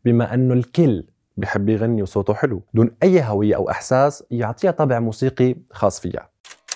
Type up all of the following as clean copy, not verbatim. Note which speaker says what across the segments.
Speaker 1: بما أنه الكل بيحب يغني وصوته حلو دون أي هوية أو إحساس يعطيها طابع موسيقي خاص فيها.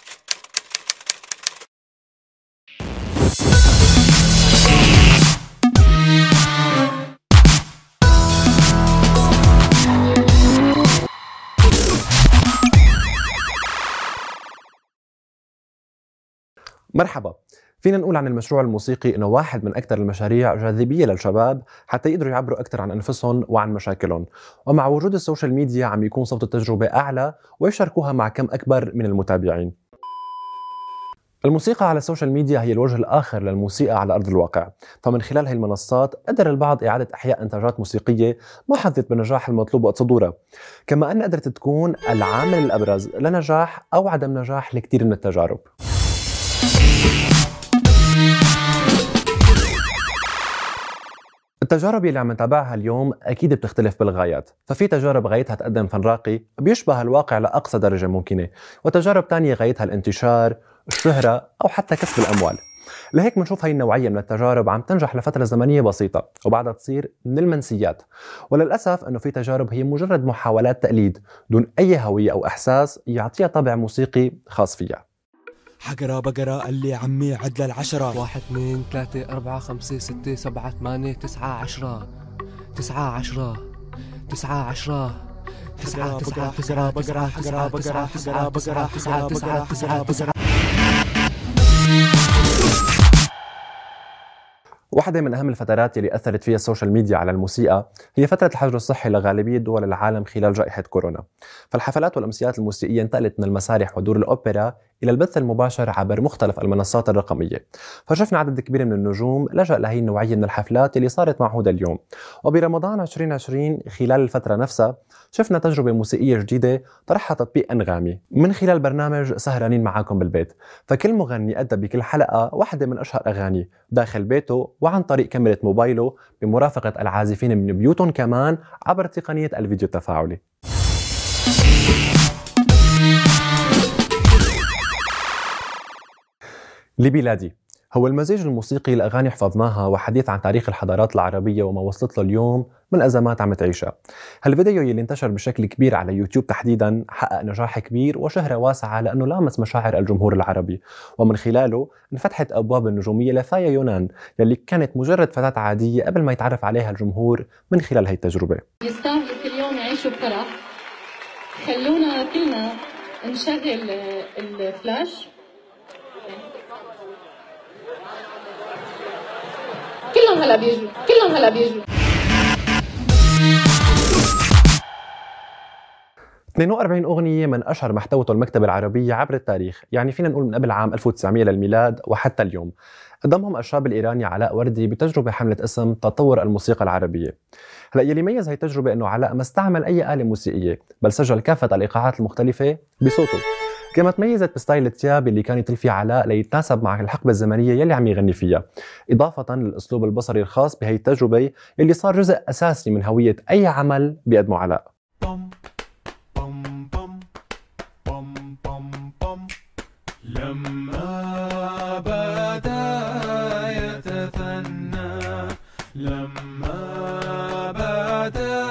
Speaker 1: مرحبا. فينا نقول عن المشروع الموسيقي انه واحد من اكثر المشاريع جاذبيه للشباب حتى يقدروا يعبروا اكثر عن انفسهم وعن مشاكلهم، ومع وجود السوشيال ميديا عم يكون صوت التجربه اعلى ويشاركوها مع كم اكبر من المتابعين. الموسيقى على السوشيال ميديا هي الوجه الآخر للموسيقى على أرض الواقع، فمن خلال هاي المنصات قدر البعض إعادة إحياء إنتاجات موسيقية ما حظت بالنجاح المطلوب وقت صدورها، كما أن قدرت تكون العامل الأبرز لنجاح أو عدم نجاح لكثير من التجارب. التجارب اللي عم نتابعها اليوم أكيد بتختلف بالغايات، ففي تجارب غايتها تقدم فن راقي بيشبه الواقع لأقصى درجة ممكنة، وتجارب تانية غايتها الانتشار، الشهرة أو حتى كسب الأموال. لهيك منشوف هاي النوعية من التجارب عم تنجح لفترة زمنية بسيطة وبعدها تصير من المنسيات، وللأسف أنه في تجارب هي مجرد محاولات تقليد دون أي هوية أو إحساس يعطيها طابع موسيقي خاص فيها.
Speaker 2: حقرا بقرا قال لي عمي عدل العشرة
Speaker 3: 1 2 3 4 5 6 7 8 9 10 9 10 9 10 9 9 9 بقرا حقرا بقرا حقرا بقرا 9 9 9 9.
Speaker 1: واحدة من أهم الفترات اللي أثرت فيها السوشيال ميديا على الموسيقى هي فترة الحجر الصحي لغالبية دول العالم خلال جائحة كورونا، فالحفلات والأمسيات الموسيقية انتقلت من المسارح ودور الأوبرا إلى البث المباشر عبر مختلف المنصات الرقمية، فشفنا عدد كبير من النجوم لجأ لهي النوعية من الحفلات اللي صارت معهودة اليوم. وبرمضان 2020 خلال الفترة نفسها شفنا تجربة موسيقية جديدة طرحها تطبيق أنغامي من خلال برنامج سهرانين معاكم بالبيت، فكل مغني أدى بكل حلقة واحدة من أشهر أغاني داخل بيته وعن طريق كاميرا موبايله بمرافقة العازفين من بيوتهم كمان عبر تقنية الفيديو التفاعلي. لبلادي هو المزيج الموسيقي لأغاني حفظناها وحديث عن تاريخ الحضارات العربية وما وصلت له اليوم من أزمات عم تعيشها. هالفيديو يلي انتشر بشكل كبير على يوتيوب تحديدا حقق نجاح كبير وشهرة واسعة لأنه لامس مشاعر الجمهور العربي، ومن خلاله انفتحت أبواب النجومية لثايا يونان يلي كانت مجرد فتاة عادية قبل ما يتعرف عليها الجمهور من خلال هي التجربة.
Speaker 4: يستاهلوا كل يوم يعيشوا بفرح. خلونا كلنا نشغل الفلاش. كلهم هلا بيجوا
Speaker 1: 42 أغنية من أشهر ما احتوته المكتبة العربية عبر التاريخ، يعني فينا نقول من قبل عام 1900 للميلاد وحتى اليوم. قدمهم الشاب الإيراني علاء وردي بتجربة حملت اسم تطور الموسيقى العربية. هلا يلي ميز هي التجربة إنه علاء ما استعمل أي آلة موسيقية بل سجل كافة الإيقاعات المختلفة بصوته، كما تميزت بستايل الثياب اللي كان يطيل فيه علاء ليتناسب مع الحقبة الزمنية يلي عم يغني فيها، إضافة للأسلوب البصري الخاص بهي التجربة يلي صار جزء أساسي من هوية أي عمل بيقدمه علاء.
Speaker 5: لما بدا يتثنى لما بدا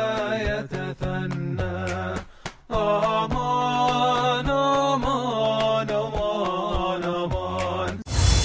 Speaker 5: يتثنى أمان أمان أمان أمان.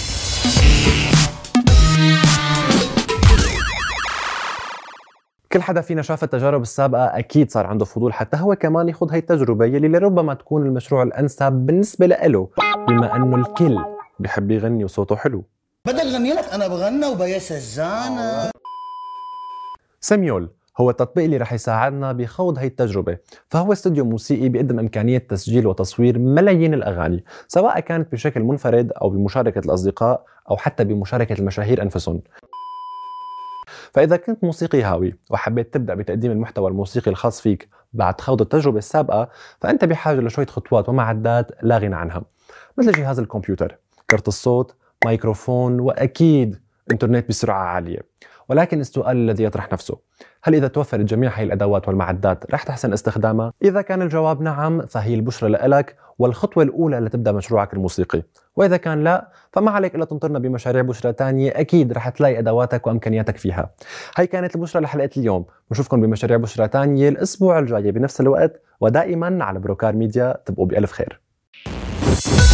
Speaker 1: كل حدا فينا شاف التجارب السابقة أكيد صار عنده فضول حتى هو كمان يخوض هاي التجربة يلي لربما تكون المشروع الأنسب بالنسبة له، بما أنه الكل بيحب يغني وصوته حلو.
Speaker 6: بدل غني لك أنا بغنى وبيا سجانة.
Speaker 1: سيميول هو التطبيق اللي رح يساعدنا بخوض هاي التجربة، فهو استوديو موسيقي بيقدم إمكانية تسجيل وتصوير ملايين الأغاني سواء كانت بشكل منفرد أو بمشاركة الأصدقاء أو حتى بمشاركة المشاهير أنفسهم. فإذا كنت موسيقي هاوي وحبيت تبدأ بتقديم المحتوى الموسيقي الخاص فيك بعد خوض التجربة السابقة، فأنت بحاجة لشوية خطوات ومعدات لا غنى عنها، مثل جهاز الكمبيوتر، كرت الصوت، مايكروفون، وأكيد إنترنت بسرعة عالية. ولكن السؤال الذي يطرح نفسه: هل إذا توفرت جميع هاي الأدوات والمعدات رح تحسن استخدامها؟ إذا كان الجواب نعم فهي البشرة لك والخطوة الأولى لتبدأ مشروعك الموسيقي، وإذا كان لا فما عليك إلا تنطرنا بمشاريع بشرة تانية أكيد رح تلاقي أدواتك وإمكانياتك فيها. هاي كانت البشرة لحلقة اليوم، نشوفكم بمشاريع بشرة تانية الأسبوع الجاي بنفس الوقت ودائما على بروكار ميديا. تبقوا بألف خير.